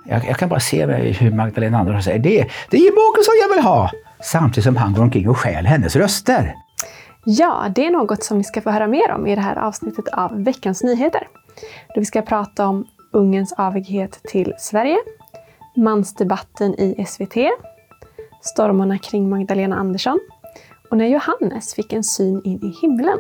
Jag kan bara se hur Magdalena Andersson säger det är Jimmie Åkesson jag vill ha! Samtidigt som han går omkring och stjäl hennes röster. Ja, det är något som ni ska få höra mer om i det här avsnittet av Veckans nyheter. Då vi ska prata om Ungerns avighet till Sverige, mansdebatten i SVT, stormarna kring Magdalena Andersson och när Johannes fick en syn in i himlen.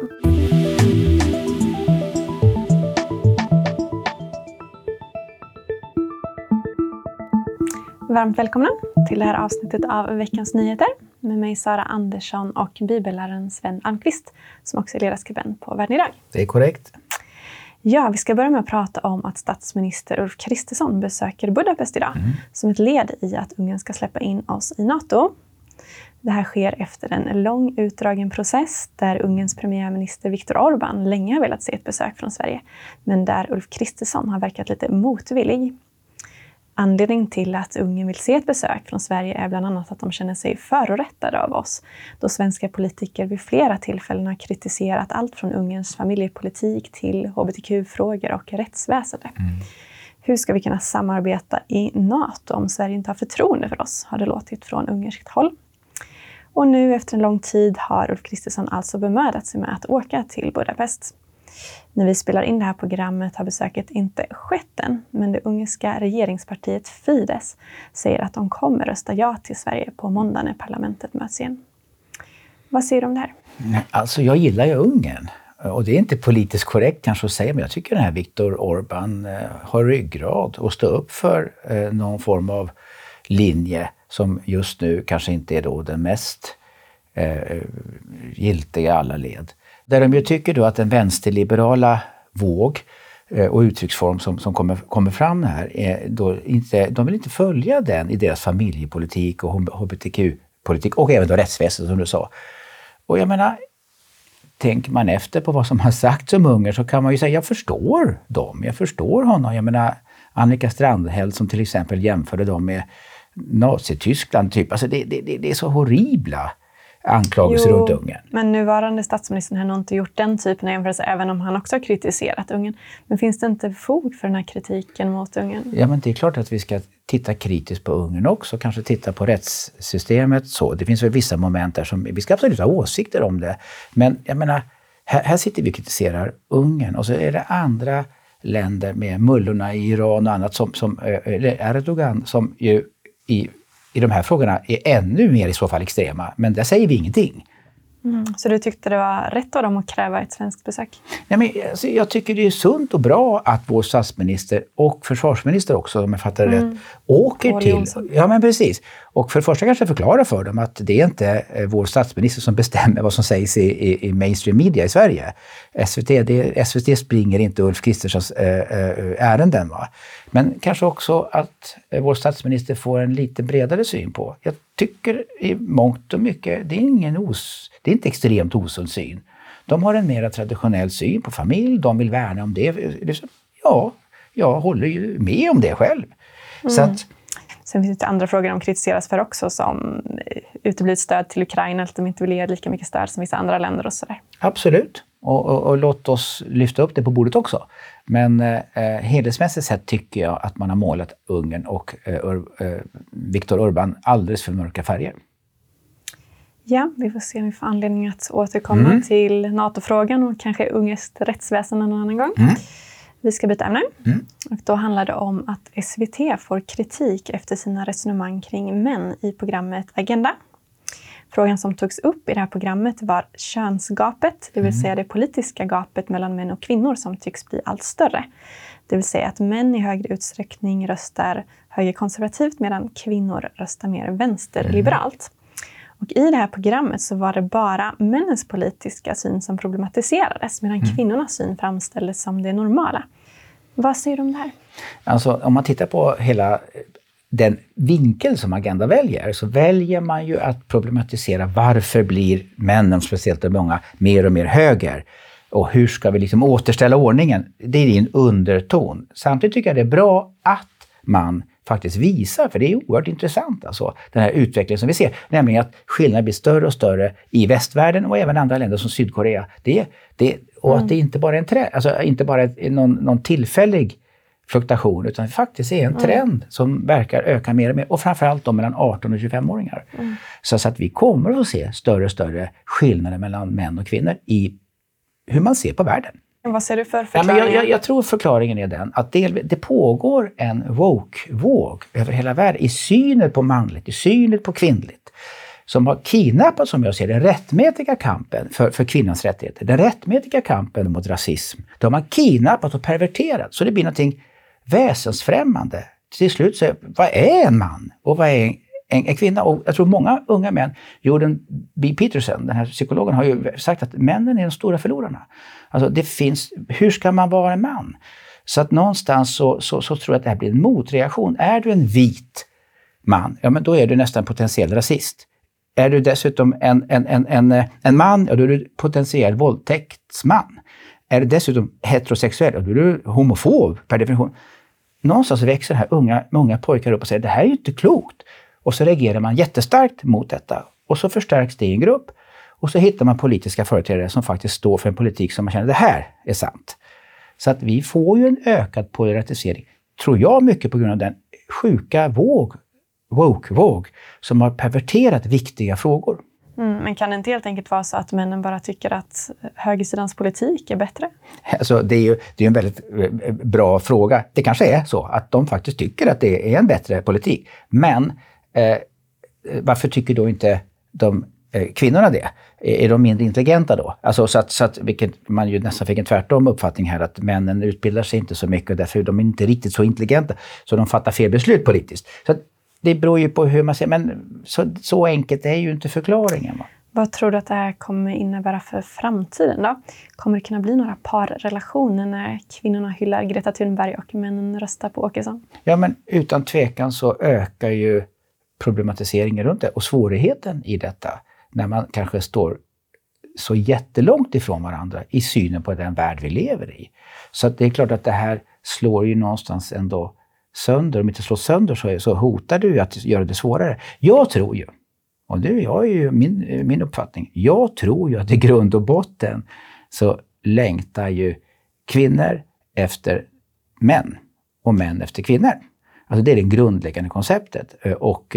Varmt välkomna till det här avsnittet av Veckans nyheter med mig Sara Andersson och bibelläraren Sven Almqvist som också är ledarskribent på Världen idag. Det är korrekt. Ja, vi ska börja med att prata om att statsminister Ulf Kristersson besöker Budapest idag som ett led i att Ungern ska släppa in oss i NATO. Det här sker efter en lång utdragen process där Ungerns premiärminister Viktor Orbán länge har velat se ett besök från Sverige, men där Ulf Kristersson har verkat lite motvillig. Anledningen till att Ungern vill se ett besök från Sverige är bland annat att de känner sig förorättade av oss, då svenska politiker vid flera tillfällen har kritiserat allt från Ungerns familjepolitik till hbtq-frågor och rättsväsende. Hur ska vi kunna samarbeta i NATO om Sverige inte har förtroende för oss, har det låtit från ungerskt håll. Och nu efter en lång tid har Ulf Kristersson alltså bemödat sig med att åka till Budapest. När vi spelar in det här programmet har besöket inte skett än, men det ungerska regeringspartiet Fidesz säger att de kommer rösta ja till Sverige på måndag när parlamentet möts igen. Vad säger du om det här? Alltså jag gillar ju Ungern. Och det är inte politiskt korrekt kanske att säga, men jag tycker den här Viktor Orbán har ryggrad och stå upp för någon form av linje som just nu kanske inte är då den mest giltiga i alla led. Där de ju tycker då att den vänsterliberala våg och uttrycksform som kommer fram här är då inte, de vill inte följa den i deras familjepolitik och hbtq-politik och även då rättsväsendet som du sa. Och jag menar, tänker man efter på vad som har sagts om Ungern så kan man ju säga jag förstår honom. Jag menar Annika Strandhäll som till exempel jämförde dem med Nazityskland typ. Alltså det är så horribla anklagelser runt Ungern. Men nuvarande statsministern har nog inte gjort den typen av jämförelse även om han också har kritiserat Ungern. Men finns det inte fog för den här kritiken mot Ungern? Ja, men det är klart att vi ska titta kritiskt på Ungern också. Kanske titta på rättssystemet. Så. Det finns väl vissa moment där som vi ska absolut ha åsikter om det. Men jag menar, här sitter vi och kritiserar Ungern och så är det andra länder med mullorna i Iran och annat som Erdogan som ju i de här frågorna är ännu mer i så fall extrema. Men där säger vi ingenting. Så du tyckte det var rätt av dem att kräva ett svenskt besök? Nej, men, alltså, jag tycker det är sunt och bra att vår statsminister och försvarsminister också, om jag fattar rätt, åker till... Ja, men precis. Och för det första kanske förklara för dem att det är inte vår statsminister som bestämmer vad som sägs i mainstream media i Sverige. SVT springer inte Ulf Kristerssons ärenden. Va? Men kanske också att vår statsminister får en lite bredare syn på. Jag tycker i mångt och mycket, det är inte extremt osund syn. De har en mer traditionell syn på familj, de vill värna om det. Ja, jag håller ju med om det själv. Så att, sen finns det andra frågor de kritiseras för också som uteblivet stöd till Ukraina, att de inte vill ge lika mycket stöd som vissa andra länder och sådär. Absolut, och låt oss lyfta upp det på bordet också. Men helhetsmässigt sett tycker jag att man har målat Ungern och Viktor Orbán alldeles för mörka färger. Ja, vi får se om vi får anledning att återkomma till NATO-frågan och kanske ungerskt rättsväsende någon annan gång. Vi ska byta ämne. Och då handlar det om att SVT får kritik efter sina resonemang kring män i programmet Agenda. Frågan som togs upp i det här programmet var könsgapet, det vill säga det politiska gapet mellan män och kvinnor som tycks bli allt större. Det vill säga att män i högre utsträckning röstar högerkonservativt medan kvinnor röstar mer vänsterliberalt. Och i det här programmet så var det bara männens politiska syn som problematiserades medan kvinnornas syn framställdes som det normala. Vad säger du om det här? Alltså om man tittar på hela den vinkel som Agenda väljer så väljer man ju att problematisera varför blir männen, speciellt de många, mer och mer höger. Och hur ska vi liksom återställa ordningen? Det är en underton. Samtidigt tycker jag det är bra att man faktiskt visar, för det är oerhört intressant alltså, den här utvecklingen som vi ser, nämligen att skillnaden blir större och större i västvärlden och även andra länder som Sydkorea. Och att det inte bara är inte bara någon tillfällig fluktuation, utan faktiskt är en trend som verkar öka mer och mer, och framförallt då mellan 18 och 25-åringar. Så att vi kommer att se större och större skillnader mellan män och kvinnor i hur man ser på världen. Vad ser du för förklaring? Jag tror förklaringen är den att det pågår en woke-våg över hela världen i synen på manligt, i synen på kvinnligt, som har kidnappat, som jag ser det, den rättmätiga kampen för kvinnans rättigheter, den rättmätiga kampen mot rasism. De har kidnappat och perverterat, så det blir någonting väsensfrämmande. Till slut så, vad är en man och vad är en kvinna? Och jag tror många unga män, Jordan B. Peterson, den här psykologen, har ju sagt att männen är de stora förlorarna. Alltså det finns, hur ska man vara en man? Så att någonstans så tror jag att det här blir en motreaktion. Är du en vit man, ja men då är du nästan potentiell rasist. Är du dessutom en man, ja då är du potentiell våldtäktsman. Är du dessutom heterosexuell, ja då är du homofob per definition. Någonstans växer här unga pojkar upp och säger det här är ju inte klokt. Och så reagerar man jättestarkt mot detta. Och så förstärks det i en grupp. Och så hittar man politiska företrädare som faktiskt står för en politik som man känner det här är sant. Så att vi får ju en ökad polarisering. Tror jag mycket på grund av den sjuka woke-våg som har perverterat viktiga frågor. Men kan det inte helt enkelt vara så att männen bara tycker att högersidans politik är bättre? Alltså det är en väldigt bra fråga. Det kanske är så att de faktiskt tycker att det är en bättre politik. Men varför tycker då inte de kvinnorna det? Är de mindre intelligenta då? Alltså så att vilket man ju nästan fick en tvärtom uppfattning här, att männen utbildar sig inte så mycket och därför är de inte riktigt så intelligenta så de fattar fel beslut politiskt. Så att det beror ju på hur man ser, men så enkelt är ju inte förklaringen. Va? Vad tror du att det här kommer innebära för framtiden då? Kommer det kunna bli några parrelationer när kvinnorna hyllar Greta Thunberg och männen röstar på Åkesson? Ja, men utan tvekan så ökar ju problematiseringen runt det och svårigheten i detta när man kanske står så jättelångt ifrån varandra i synen på den värld vi lever i. Så att det är klart att det här slår ju någonstans ändå sönder. Om inte slår sönder så hotar du att göra det svårare. Jag tror ju, och det är ju min uppfattning, jag tror ju att i grund och botten så längtar ju kvinnor efter män och män efter kvinnor. Alltså det är det grundläggande konceptet. Och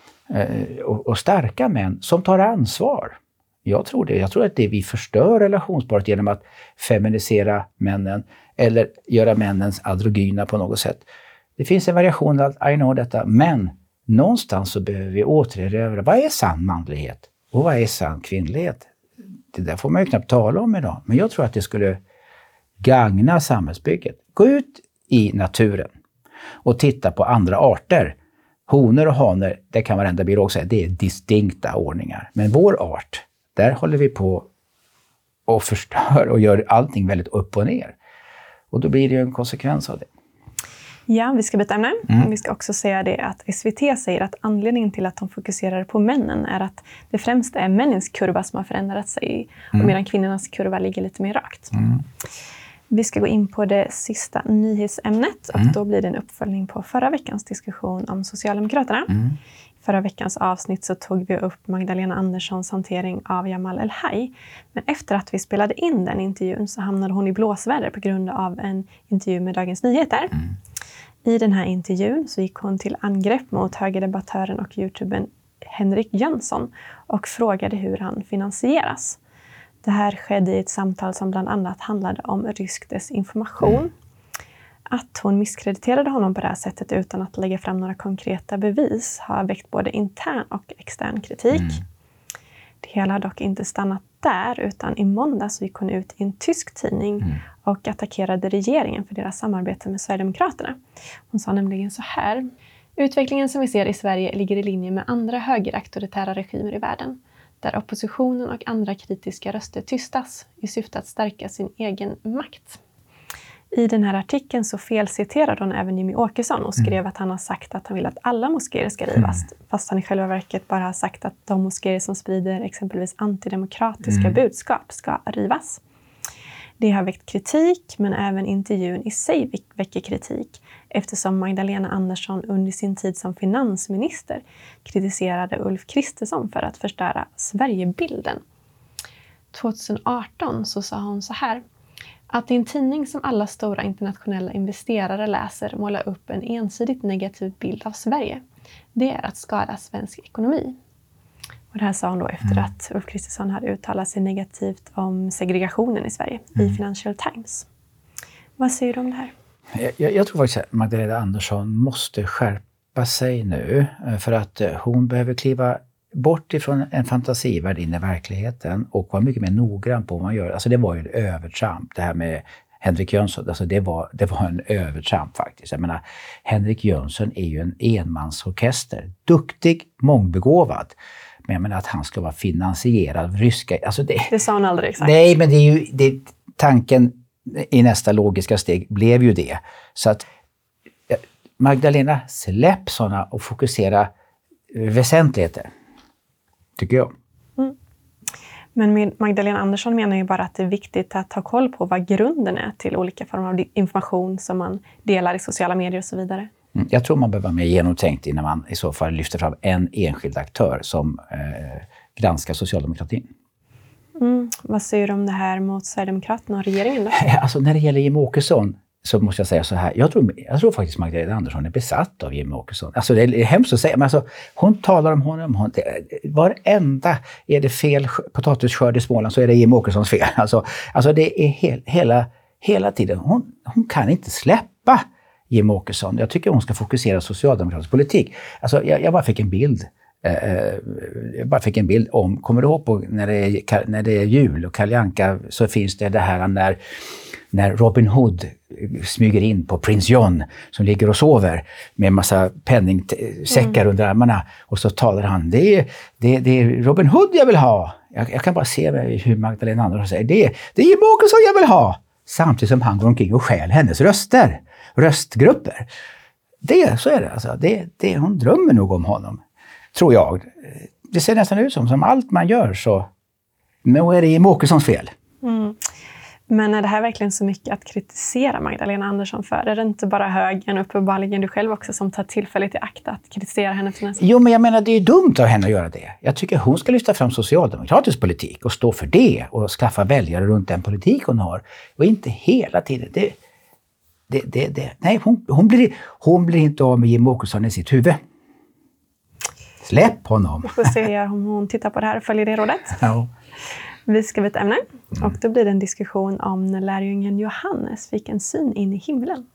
starka män som tar ansvar. Jag tror det. Jag tror att det vi förstör relationsparet genom att feminisera männen eller göra männens androgyna på något sätt. Det finns en variation av I know detta, men någonstans så behöver vi återerövra vad är sann manlighet och vad är sann kvinnlighet. Det där får man ju knappt tala om idag, men jag tror att det skulle gagna samhällsbygget. Gå ut i naturen och titta på andra arter. Honor och haner, det kan varenda biolog säga, det är distinkta ordningar. Men vår art, där håller vi på och förstör och gör allting väldigt upp och ner. Och då blir det ju en konsekvens av det. Ja, vi ska byta ämne. Vi ska också säga det att SVT säger att anledningen till att de fokuserar på männen är att det främst är männens kurva som har förändrat sig och medan kvinnornas kurva ligger lite mer rakt. Vi ska gå in på det sista nyhetsämnet och då blir det en uppföljning på förra veckans diskussion om Socialdemokraterna. Förra veckans avsnitt så tog vi upp Magdalena Anderssons hantering av Jamal El-Haj. Men efter att vi spelade in den intervjun så hamnade hon i blåsväder på grund av en intervju med Dagens Nyheter. I den här intervjun så gick hon till angrepp mot högerdebattören och youtubern Henrik Jönsson och frågade hur han finansieras. Det här skedde i ett samtal som bland annat handlade om rysk desinformation. Att hon misskrediterade honom på det här sättet utan att lägga fram några konkreta bevis har väckt både intern och extern kritik. Det hela har dock inte stannat där, utan i måndags gick hon ut i en tysk tidning och attackerade regeringen för deras samarbete med Sverigedemokraterna. Hon sa nämligen så här: utvecklingen som vi ser i Sverige ligger i linje med andra högerauktoritära regimer i världen, där oppositionen och andra kritiska röster tystas i syfte att stärka sin egen makt. I den här artikeln så felciterade hon även Jimmy Åkesson och skrev att han har sagt att han vill att alla moskéer ska rivas. Fast han i själva verket bara har sagt att de moskéer som sprider exempelvis antidemokratiska budskap ska rivas. Det har väckt kritik, men även intervjun i sig väcker kritik eftersom Magdalena Andersson under sin tid som finansminister kritiserade Ulf Kristersson för att förstöra Sverigebilden. 2018 så sa hon så här: Att i en tidning som alla stora internationella investerare läser måla upp en ensidigt negativ bild av Sverige, det är att skada svensk ekonomi. Och det här sa hon då efter att Ulf Kristersson hade uttalat sig negativt om segregationen i Sverige i Financial Times. Vad säger du om det här? Jag tror faktiskt att Magdalena Andersson måste skärpa sig nu, för att hon behöver kliva bort ifrån en fantasivärld in i verkligheten och vara mycket mer noggrann på vad man gör. Alltså det var ju en övertramp, det här med Henrik Jönsson. Alltså det var en övertramp faktiskt. Jag menar, Henrik Jönsson är ju en enmansorkester. Duktig, mångbegåvad. Men jag menar att han ska vara finansierad av ryska... Alltså det sa han aldrig exakt. Nej, men det är ju tanken i nästa logiska steg blev ju det. Så att Magdalena, släpp sådana och fokusera väsentligheter. Tycker jag. Men Magdalena Andersson menar ju bara att det är viktigt att ha koll på vad grunden är till olika former av information som man delar i sociala medier och så vidare. Jag tror man behöver vara mer genomtänkt innan man i så fall lyfter fram en enskild aktör som granskar socialdemokratin. Vad säger du om det här mot Sverigedemokraterna och regeringen då? Alltså när det gäller Jimmie Åkesson så måste jag säga så här. Jag tror faktiskt Magdalena Andersson är besatt av Jimmie Åkesson. Alltså det är hemskt att säga, men alltså, hon talar om honom. Varenda är det fel potatisskörd i Småland så är det Jimmie Åkessons fel. Alltså det är hela tiden. Hon kan inte släppa Jimmie Åkesson. Jag tycker hon ska fokusera socialdemokratisk politik. Alltså jag bara fick en bild. Om, kommer du ihåg på när det är jul och Kalle Anka så finns det här när Robin Hood smyger in på prins John som ligger och sover med en massa penningsäckar under armarna och så talar han, det är Robin Hood jag vill ha. Jag kan bara se hur Magdalena Andersson säger, det är Jimmie Åkesson jag vill ha. Samtidigt som han går omkring och stjäl hennes röstgrupper. Så är det alltså. Hon drömmer nog om honom. Tror jag. Det ser nästan ut som allt man gör så nu är det Jimmie Åkessons fel. Men är det här verkligen så mycket att kritisera Magdalena Andersson för? Är det inte bara högern, uppenbarligen du själv också, som tar tillfället i akt att kritisera henne för nästan? Jo, men jag menar det är dumt av henne att göra det. Jag tycker hon ska lyfta fram socialdemokratisk politik och stå för det och skaffa väljare runt den politik hon har. Och inte hela tiden. Nej, hon blir inte av med Jimmie Åkesson i sitt huvud. Släpp honom. Vi får se om hon tittar på det här och följer det rådet. Ja. Vi ska byta ämne och då blir det en diskussion om när lärjungen Johannes fick en syn in i himlen.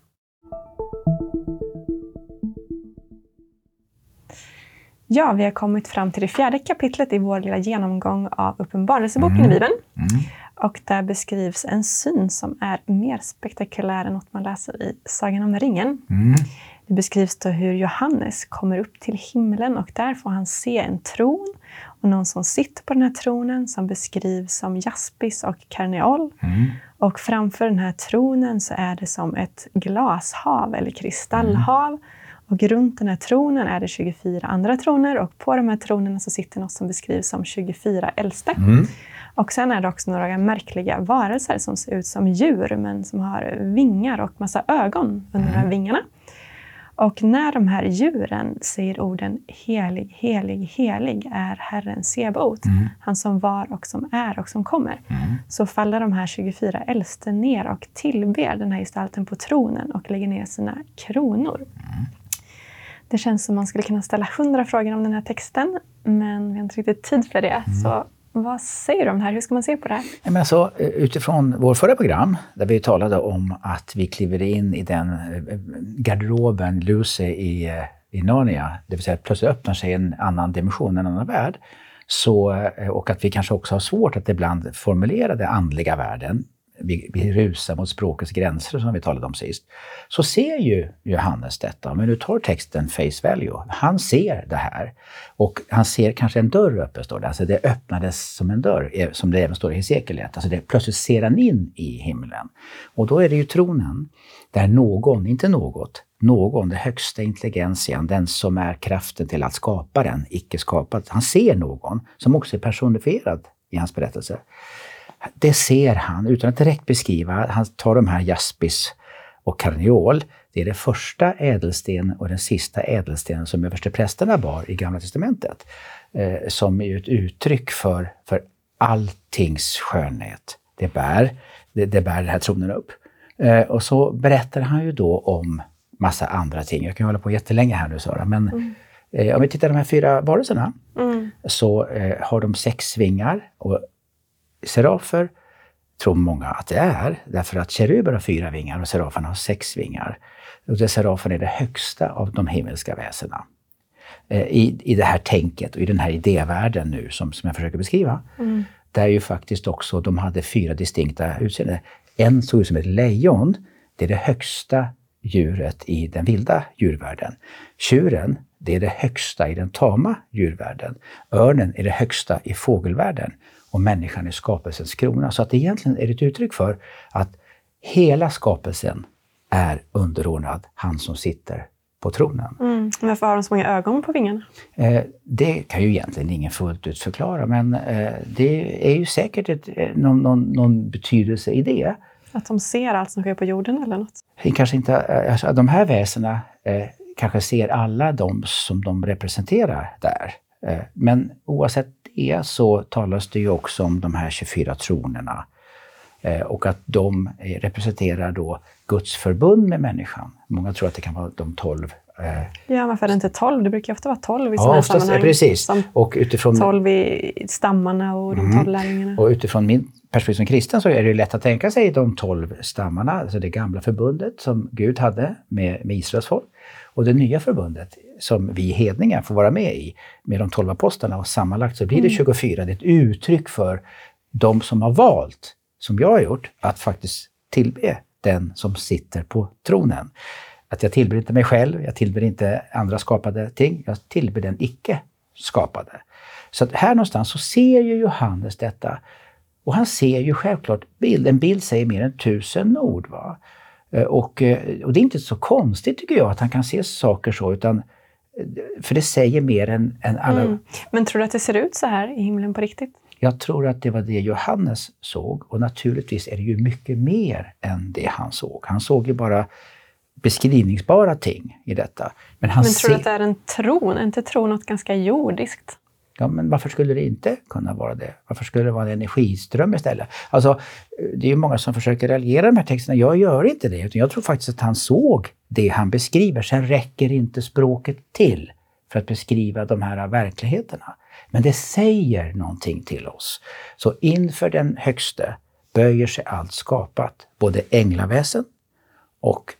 Ja, vi har kommit fram till det 4:e kapitlet i vår lilla genomgång av Uppenbarelseboken i Bibeln. Och där beskrivs en syn som är mer spektakulär än något man läser i Sagan om ringen. Det beskrivs då hur Johannes kommer upp till himlen och där får han se en tron och någon som sitter på den här tronen som beskrivs som jaspis och karneol. Och framför den här tronen så är det som ett glashav eller kristallhav. Och runt den här tronen är det 24 andra troner och på de här tronerna så sitter något som beskrivs som 24 äldste. Och sen är det också några märkliga varelser som ser ut som djur men som har vingar och massa ögon under de här vingarna. Och när de här djuren säger orden helig, helig, helig är Herren Sebaot, han som var och som är och som kommer, så faller de här 24 äldste ner och tillber den här gestalten på tronen och lägger ner sina kronor. Det känns som man skulle kunna ställa 100 frågor om den här texten, men vi har inte riktigt tid för det. Så vad säger du om det här? Hur ska man se på det här? Men alltså, utifrån vår förra program, där vi talade om att vi kliver in i den garderoben Lucy i Narnia, det vill säga att plötsligt öppnar sig en annan dimension, en annan värld, och att vi kanske också har svårt att ibland formulera den andliga världen, vi rusar mot språkets gränser som vi talade om sist, så ser ju Johannes detta. Men nu tar texten face value. Han ser det här. Och han ser kanske en dörr öppen, står det. Alltså det öppnades som en dörr, som det även står i Hesekiel 1. Alltså det plötsligt ser han in i himlen. Och då är det ju tronen där någon, den högsta intelligentian, den som är kraften till att skapa den, icke skapad. Han ser någon som också är personifierad i hans berättelse. Det ser han utan att direkt beskriva. Han tar de här jaspis och karneol. Det är det första ädelsten och den sista ädelstenen som översteprästerna bar i Gamla testamentet. Som är ett uttryck för alltings skönhet. Det bär det bär den här tronen upp. Och så berättar han ju då om massa andra ting. Jag kan hålla på jättelänge här nu, Sara. Men om vi tittar på de här 4 varelserna så har de 6 vingar. Och serafer tror många att det är. Därför att keruber har 4 vingar och seraferna har 6 vingar. Och serafen är det högsta av de himmelska väsena. I det här tänket och i den här idévärlden nu som jag försöker beskriva. Där ju faktiskt också de hade 4 distinkta utseenden. En såg ut som ett lejon. Det är det högsta djuret i den vilda djurvärlden. Tjuren, det är det högsta i den tama djurvärlden. Örnen är det högsta i fågelvärlden. Och människan är skapelsens krona. Så att egentligen är det ett uttryck för att hela skapelsen är underordnad han som sitter på tronen. Varför har de så många ögon på vingarna? Det kan ju egentligen ingen fullt ut förklara, men det är ju säkert någon betydelse i det. Att de ser allt som sker på jorden eller något? Kanske inte, alltså, de här väsena kanske ser alla de som de representerar där. Men oavsett det så talas det ju också om de här 24 tronerna. Och att de representerar då Guds förbund med människan. Många tror att det kan vara de 12. Ja, varför är det inte 12? Det brukar ju ofta vara 12 i sådana här sammanhang. Precis. Som och utifrån 12 i stammarna och de 12 lärjungarna. Och utifrån min perspektiv som kristen så är det ju lätt att tänka sig de 12 stammarna. Alltså det gamla förbundet som Gud hade med Israels folk. Och det nya förbundet som vi hedningar får vara med i. Med de 12 apostlarna. Och sammanlagt så blir det 24. Det är ett uttryck för de som har valt, som jag har gjort, att faktiskt tillbe den som sitter på tronen. Att jag tillber inte mig själv, jag tillber inte andra skapade ting, jag tillber den icke skapade. Så att här någonstans så ser ju Johannes detta. Och han ser ju självklart en bild säger mer än 1000 ord. Va? Och det är inte så konstigt tycker jag att han kan se saker så, utan för det säger mer än alla. Men tror du att det ser ut så här i himlen på riktigt? Jag tror att det var det Johannes såg, och naturligtvis är det ju mycket mer än det han såg. Han såg ju bara beskrivningsbara ting i detta. Men tror du att det är en tron? Är inte tron något ganska jordiskt? Ja, men varför skulle det inte kunna vara det? Varför skulle det vara en energiström istället? Alltså, det är ju många som försöker raljera de här texterna. Jag gör inte det, utan jag tror faktiskt att han såg det han beskriver. Sen räcker inte språket till för att beskriva de här verkligheterna. Men det säger någonting till oss. Så inför den högste böjer sig allt skapat. Både änglaväsen och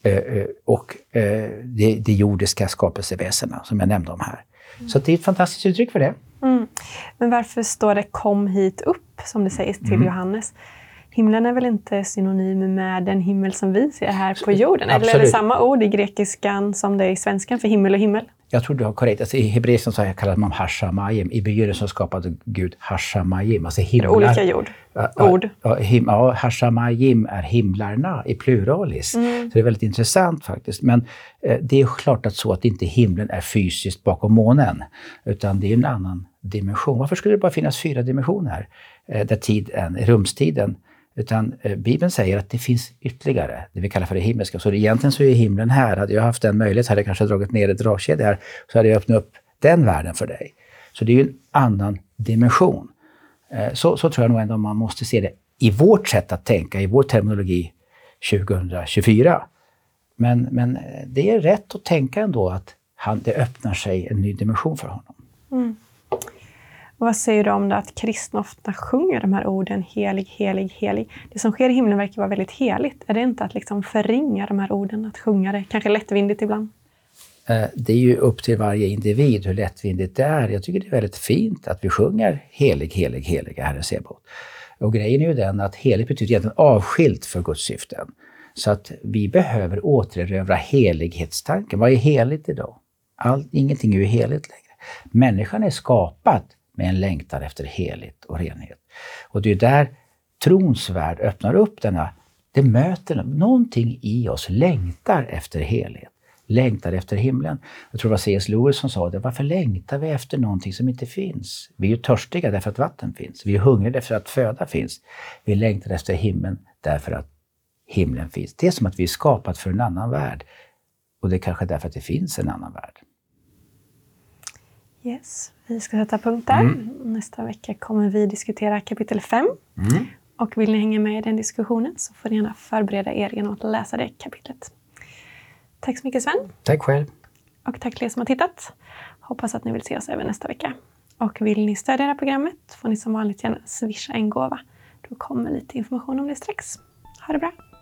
det jordiska skapelseväsena som jag nämnde om här. Så det är ett fantastiskt uttryck för det. Men varför står det kom hit upp som det sägs till Johannes? Himlen är väl inte synonym med den himmel som vi ser här på jorden? Absolut. Eller är det samma ord i grekiskan som det är i svenskan för himmel och himmel? Jag tror du har korrekt. Alltså, i hebreiskan så kallar man hashamayim. I begynnelsen skapade Gud hashamayim. Alltså himlar. Olika ord. Hashamayim är himlarna i pluralis. Så det är väldigt intressant faktiskt. Men det är klart att inte himlen är fysiskt bakom månen. Utan det är en annan dimension. Varför skulle det bara finnas 4 dimensioner? Där rumstiden. Utan Bibeln säger att det finns ytterligare, det vi kallar för det himmelska. Så egentligen så är himlen här. Hade jag haft den möjlighet så hade jag kanske dragit ner ett dragkedja här. Så hade jag öppnat upp den världen för dig. Så det är ju en annan dimension. Så tror jag nog ändå man måste se det i vårt sätt att tänka, i vår terminologi 2024. Men det är rätt att tänka ändå att det öppnar sig en ny dimension för honom. Och vad säger du om det att kristna ofta sjunger de här orden helig, helig, helig? Det som sker i himlen verkar vara väldigt heligt. Är det inte att liksom förringa de här orden, att sjunga det? Kanske lättvindigt ibland? Det är ju upp till varje individ hur lättvindigt det är. Jag tycker det är väldigt fint att vi sjunger helig, helig, helig, Herren Sebaot. Och grejen är ju den att helig betyder egentligen avskilt för Guds syften. Så att vi behöver återerövra helighetstanken. Vad är heligt idag? Ingenting är ju heligt längre. Människan är skapad med en längtan efter heligt och renhet. Och det är där trons värld öppnar upp det möter någonting i oss, längtar efter helhet. Längtar efter himlen. Jag tror det var C.S. Lewis som sa det. Varför längtar vi efter någonting som inte finns? Vi är ju törstiga därför att vatten finns. Vi är hungriga därför att föda finns. Vi längtar efter himlen därför att himlen finns. Det är som att vi är skapat för en annan värld. Och det är kanske därför att det finns en annan värld. Yes, vi ska sätta punkt där. Nästa vecka kommer vi diskutera kapitel 5. Och vill ni hänga med i den diskussionen så får ni gärna förbereda er genom att läsa det kapitlet. Tack så mycket Sven. Tack själv. Och tack till er som har tittat. Hoppas att ni vill se oss även nästa vecka. Och vill ni stödja det här programmet får ni som vanligt gärna swisha en gåva. Då kommer lite information om det strax. Ha det bra!